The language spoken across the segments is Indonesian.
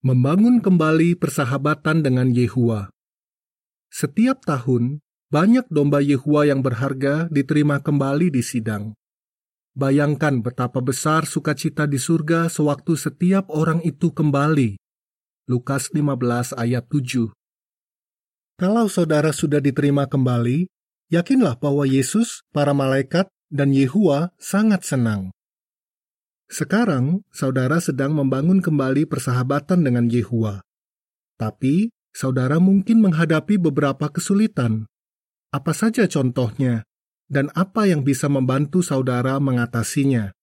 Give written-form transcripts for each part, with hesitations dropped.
Membangun kembali persahabatan dengan Yehua. Setiap tahun, banyak domba Yehua yang berharga diterima kembali di sidang. Bayangkan betapa besar sukacita di surga sewaktu setiap orang itu kembali. Lukas 15 ayat 7. Kalau saudara sudah diterima kembali, yakinlah bahwa Yesus, para malaikat, dan Yehua sangat senang. Sekarang, saudara sedang membangun kembali persahabatan dengan Yehua. Tapi, saudara mungkin menghadapi beberapa kesulitan. Apa saja contohnya, dan apa yang bisa membantu saudara mengatasinya?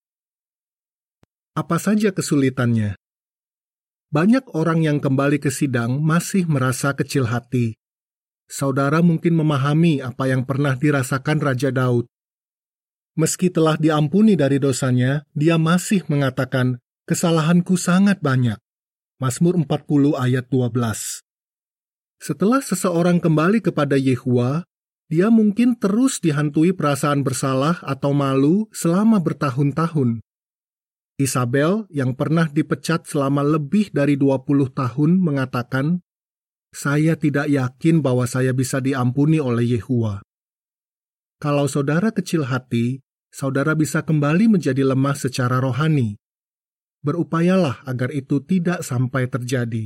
Apa saja kesulitannya? Banyak orang yang kembali ke sidang masih merasa kecil hati. Saudara mungkin memahami apa yang pernah dirasakan Raja Daud. Meski telah diampuni dari dosanya, dia masih mengatakan, "Kesalahanku sangat banyak." Mazmur 40 ayat 12. Setelah seseorang kembali kepada Yehua, dia mungkin terus dihantui perasaan bersalah atau malu selama bertahun-tahun. Isabel yang pernah dipecat selama lebih dari 20 tahun mengatakan, "Saya tidak yakin bahwa saya bisa diampuni oleh Yehua." Kalau saudara kecil hati, saudara bisa kembali menjadi lemah secara rohani. Berupayalah agar itu tidak sampai terjadi.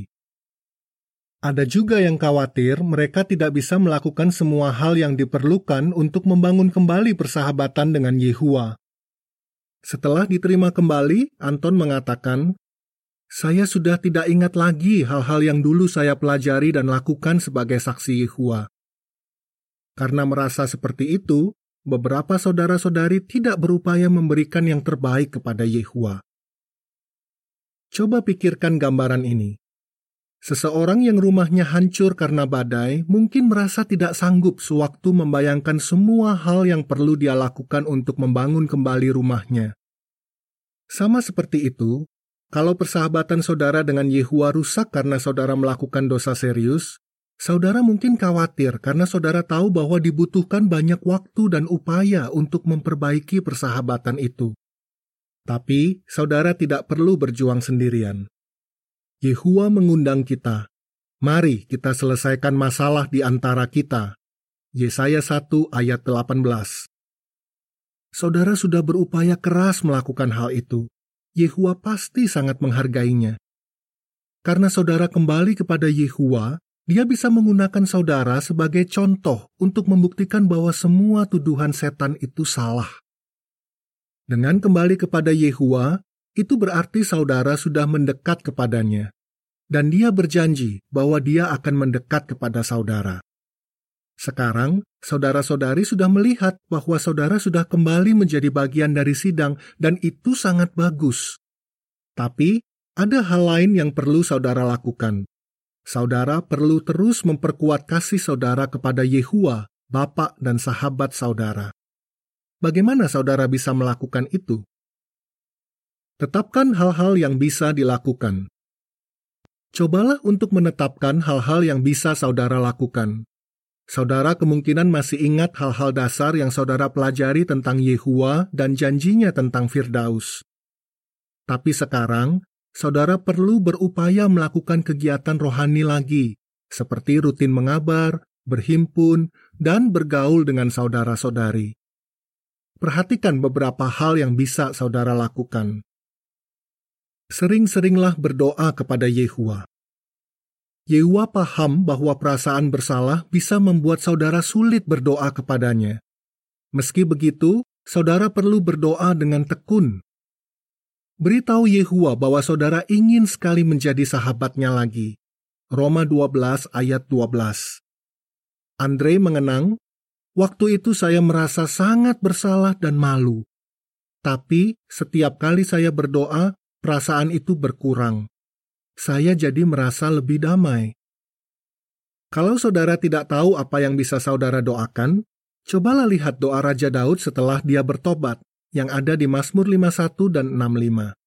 Ada juga yang khawatir mereka tidak bisa melakukan semua hal yang diperlukan untuk membangun kembali persahabatan dengan Yehua. Setelah diterima kembali, Anton mengatakan, "Saya sudah tidak ingat lagi hal-hal yang dulu saya pelajari dan lakukan sebagai saksi Yehua." Karena merasa seperti itu, beberapa saudara-saudari tidak berupaya memberikan yang terbaik kepada Yehua. Coba pikirkan gambaran ini. Seseorang yang rumahnya hancur karena badai mungkin merasa tidak sanggup sewaktu membayangkan semua hal yang perlu dia lakukan untuk membangun kembali rumahnya. Sama seperti itu, kalau persahabatan saudara dengan Yehua rusak karena saudara melakukan dosa serius, saudara mungkin khawatir karena saudara tahu bahwa dibutuhkan banyak waktu dan upaya untuk memperbaiki persahabatan itu. Tapi, saudara tidak perlu berjuang sendirian. Yehua mengundang kita. Mari kita selesaikan masalah di antara kita. Yesaya 1 ayat 18. Saudara sudah berupaya keras melakukan hal itu. Yehua pasti sangat menghargainya. Karena saudara kembali kepada Yehua, Dia bisa menggunakan saudara sebagai contoh untuk membuktikan bahwa semua tuduhan setan itu salah. Dengan kembali kepada Yehua, itu berarti saudara sudah mendekat kepadanya. Dan dia berjanji bahwa dia akan mendekat kepada saudara. Sekarang, saudara-saudari sudah melihat bahwa saudara sudah kembali menjadi bagian dari sidang dan itu sangat bagus. Tapi, ada hal lain yang perlu saudara lakukan. Saudara perlu terus memperkuat kasih saudara kepada Yehua, Bapa dan sahabat saudara. Bagaimana saudara bisa melakukan itu? Tetapkan hal-hal yang bisa dilakukan. Cobalah untuk menetapkan hal-hal yang bisa saudara lakukan. Saudara kemungkinan masih ingat hal-hal dasar yang saudara pelajari tentang Yehua dan janjinya tentang Firdaus. Tapi sekarang, saudara perlu berupaya melakukan kegiatan rohani lagi, seperti rutin mengabar, berhimpun, dan bergaul dengan saudara-saudari. Perhatikan beberapa hal yang bisa saudara lakukan. Sering-seringlah berdoa kepada Yehua. Yehua paham bahwa perasaan bersalah bisa membuat saudara sulit berdoa kepadanya. Meski begitu, saudara perlu berdoa dengan tekun. Beritahu Yehua bahwa saudara ingin sekali menjadi sahabatnya lagi. Roma 12 ayat 12. Andre mengenang, "Waktu itu saya merasa sangat bersalah dan malu. Tapi setiap kali saya berdoa, perasaan itu berkurang. Saya jadi merasa lebih damai." Kalau saudara tidak tahu apa yang bisa saudara doakan, cobalah lihat doa Raja Daud setelah dia bertobat, yang ada di Mazmur 51 dan 65.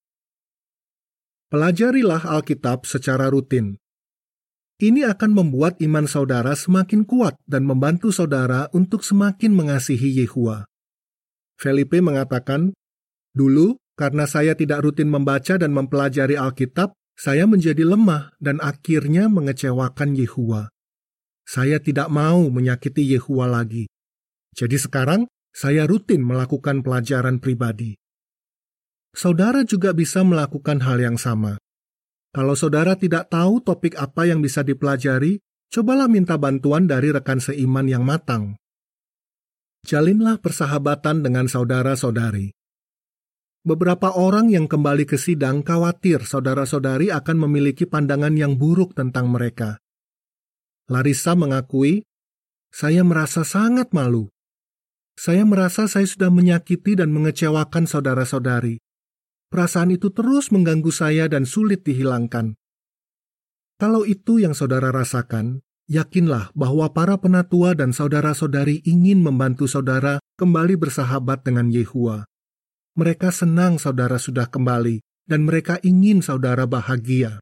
Pelajarilah Alkitab secara rutin. Ini akan membuat iman saudara semakin kuat dan membantu saudara untuk semakin mengasihi Yehua. Felipe mengatakan, "Dulu, karena saya tidak rutin membaca dan mempelajari Alkitab, Saya menjadi lemah dan akhirnya mengecewakan Yehua. Saya tidak mau menyakiti Yehua lagi. Jadi sekarang saya rutin melakukan pelajaran pribadi. Saudara juga bisa melakukan hal yang sama. Kalau saudara tidak tahu topik apa yang bisa dipelajari, cobalah minta bantuan dari rekan seiman yang matang. Jalinlah persahabatan dengan saudara-saudari. Beberapa orang yang kembali ke sidang khawatir saudara-saudari akan memiliki pandangan yang buruk tentang mereka. Larissa mengakui, "Saya merasa sangat malu. Saya merasa saya sudah menyakiti dan mengecewakan saudara-saudari. Perasaan itu terus mengganggu saya dan sulit dihilangkan." Kalau itu yang saudara rasakan, yakinlah bahwa para penatua dan saudara-saudari ingin membantu saudara kembali bersahabat dengan Yehua. Mereka senang saudara sudah kembali, dan mereka ingin saudara bahagia.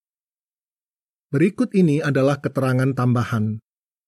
Berikut ini adalah keterangan tambahan.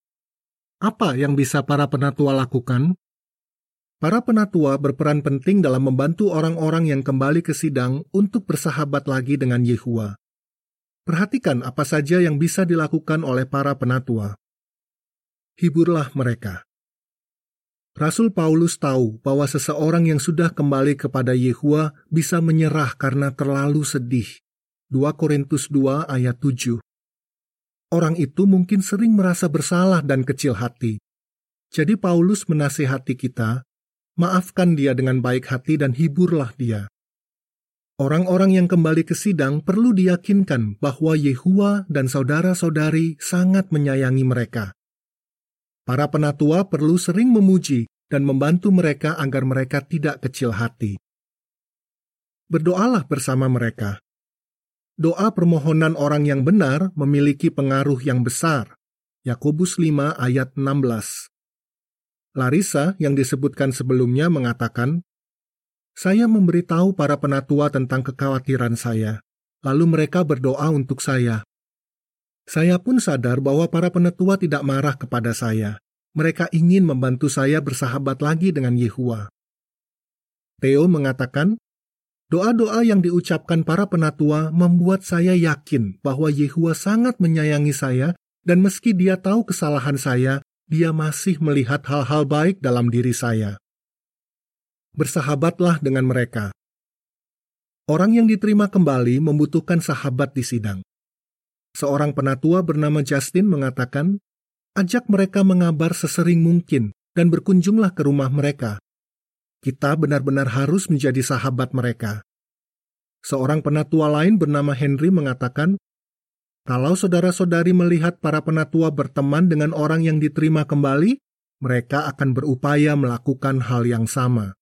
Apa yang bisa para penatua lakukan? Para penatua berperan penting dalam membantu orang-orang yang kembali ke sidang untuk bersahabat lagi dengan Yehua. Perhatikan apa saja yang bisa dilakukan oleh para penatua. Hiburlah mereka. Rasul Paulus tahu bahwa seseorang yang sudah kembali kepada Yehua bisa menyerah karena terlalu sedih. 2 Korintus 2 ayat 7. Orang itu mungkin sering merasa bersalah dan kecil hati. Jadi Paulus menasihati kita, maafkan dia dengan baik hati dan hiburlah dia. Orang-orang yang kembali ke sidang perlu diyakinkan bahwa Yehua dan saudara-saudari sangat menyayangi mereka. Para penatua perlu sering memuji dan membantu mereka agar mereka tidak kecil hati. Berdoalah bersama mereka. Doa permohonan orang yang benar memiliki pengaruh yang besar. Yakobus 5 ayat 16. Larissa yang disebutkan sebelumnya mengatakan, "Saya memberitahu para penatua tentang kekhawatiran saya, lalu mereka berdoa untuk saya. Saya pun sadar bahwa para penatua tidak marah kepada saya. Mereka ingin membantu saya bersahabat lagi dengan Yehua." Theo mengatakan, "Doa-doa yang diucapkan para penatua membuat saya yakin bahwa Yehua sangat menyayangi saya dan meski dia tahu kesalahan saya, dia masih melihat hal-hal baik dalam diri saya." Bersahabatlah dengan mereka. Orang yang diterima kembali membutuhkan sahabat di sidang. Seorang penatua bernama Justin mengatakan, ajak mereka mengabar sesering mungkin dan berkunjunglah ke rumah mereka. Kita benar-benar harus menjadi sahabat mereka. Seorang penatua lain bernama Henry mengatakan, kalau saudara-saudari melihat para penatua berteman dengan orang yang diterima kembali, mereka akan berupaya melakukan hal yang sama.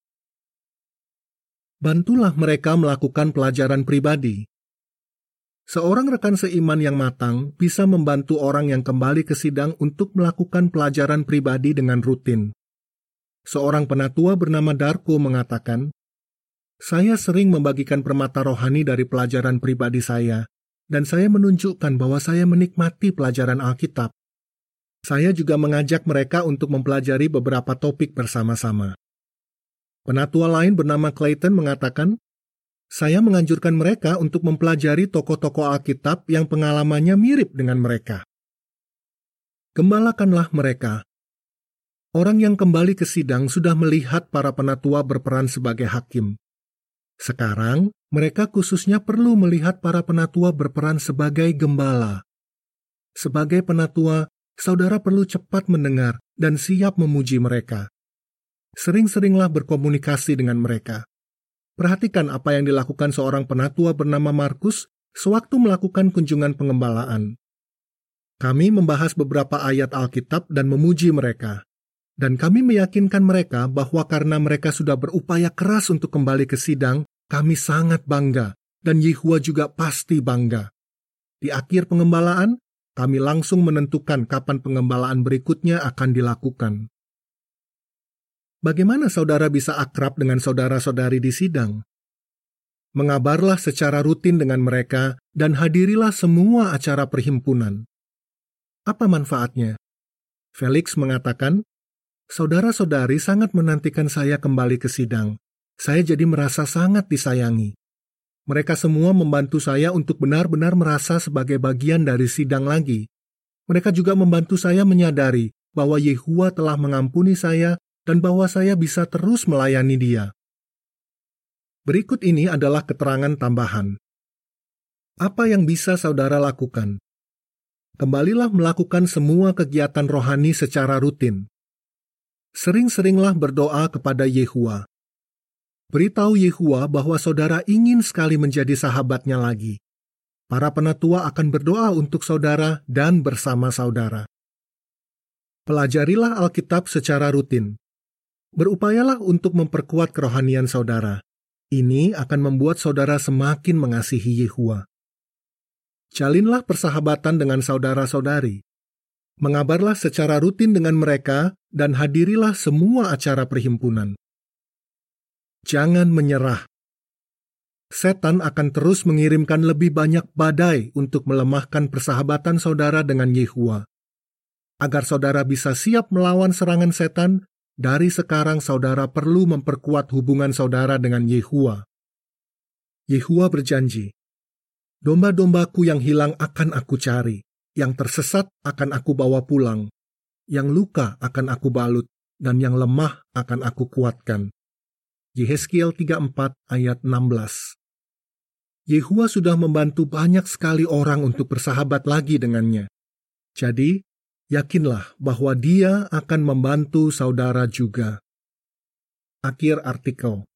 Bantulah mereka melakukan pelajaran pribadi. Seorang rekan seiman yang matang bisa membantu orang yang kembali ke sidang untuk melakukan pelajaran pribadi dengan rutin. Seorang penatua bernama Darko mengatakan, saya sering membagikan permata rohani dari pelajaran pribadi saya, dan saya menunjukkan bahwa saya menikmati pelajaran Alkitab. Saya juga mengajak mereka untuk mempelajari beberapa topik bersama-sama. Penatua lain bernama Clayton mengatakan, saya menganjurkan mereka untuk mempelajari tokoh-tokoh Alkitab yang pengalamannya mirip dengan mereka. Gembalakanlah mereka. Orang yang kembali ke sidang sudah melihat para penatua berperan sebagai hakim. Sekarang, mereka khususnya perlu melihat para penatua berperan sebagai gembala. Sebagai penatua, saudara perlu cepat mendengar dan siap memuji mereka. Sering-seringlah berkomunikasi dengan mereka. Perhatikan apa yang dilakukan seorang penatua bernama Markus sewaktu melakukan kunjungan pengembalaan. Kami membahas beberapa ayat Alkitab dan memuji mereka. Dan kami meyakinkan mereka bahwa karena mereka sudah berupaya keras untuk kembali ke sidang, kami sangat bangga, dan Yehua juga pasti bangga. Di akhir pengembalaan, kami langsung menentukan kapan pengembalaan berikutnya akan dilakukan. Bagaimana saudara bisa akrab dengan saudara-saudari di sidang? Mengabarlah secara rutin dengan mereka dan hadirilah semua acara perhimpunan. Apa manfaatnya? Felix mengatakan, saudara-saudari sangat menantikan saya kembali ke sidang. Saya jadi merasa sangat disayangi. Mereka semua membantu saya untuk benar-benar merasa sebagai bagian dari sidang lagi. Mereka juga membantu saya menyadari bahwa Yehua telah mengampuni saya dan bahwa saya bisa terus melayani Dia. Berikut ini adalah keterangan tambahan. Apa yang bisa saudara lakukan? Kembalilah melakukan semua kegiatan rohani secara rutin. Sering-seringlah berdoa kepada Yehua. Beritahu Yehua bahwa saudara ingin sekali menjadi sahabatnya lagi. Para penatua akan berdoa untuk saudara dan bersama saudara. Pelajarilah Alkitab secara rutin. Berupayalah untuk memperkuat kerohanian saudara. Ini akan membuat saudara semakin mengasihi Yehua. Jalinlah persahabatan dengan saudara-saudari. Mengabarlah secara rutin dengan mereka dan hadirilah semua acara perhimpunan. Jangan menyerah. Setan akan terus mengirimkan lebih banyak badai untuk melemahkan persahabatan saudara dengan Yehua. Agar saudara bisa siap melawan serangan setan, dari sekarang saudara perlu memperkuat hubungan saudara dengan Yehua. Yehua berjanji, "Domba-dombaku yang hilang akan aku cari, yang tersesat akan aku bawa pulang, yang luka akan aku balut, dan yang lemah akan aku kuatkan." Yehezkiel 34 ayat 16. Yehua sudah membantu banyak sekali orang untuk bersahabat lagi dengannya. Jadi, yakinlah bahwa Dia akan membantu saudara juga. Akhir artikel.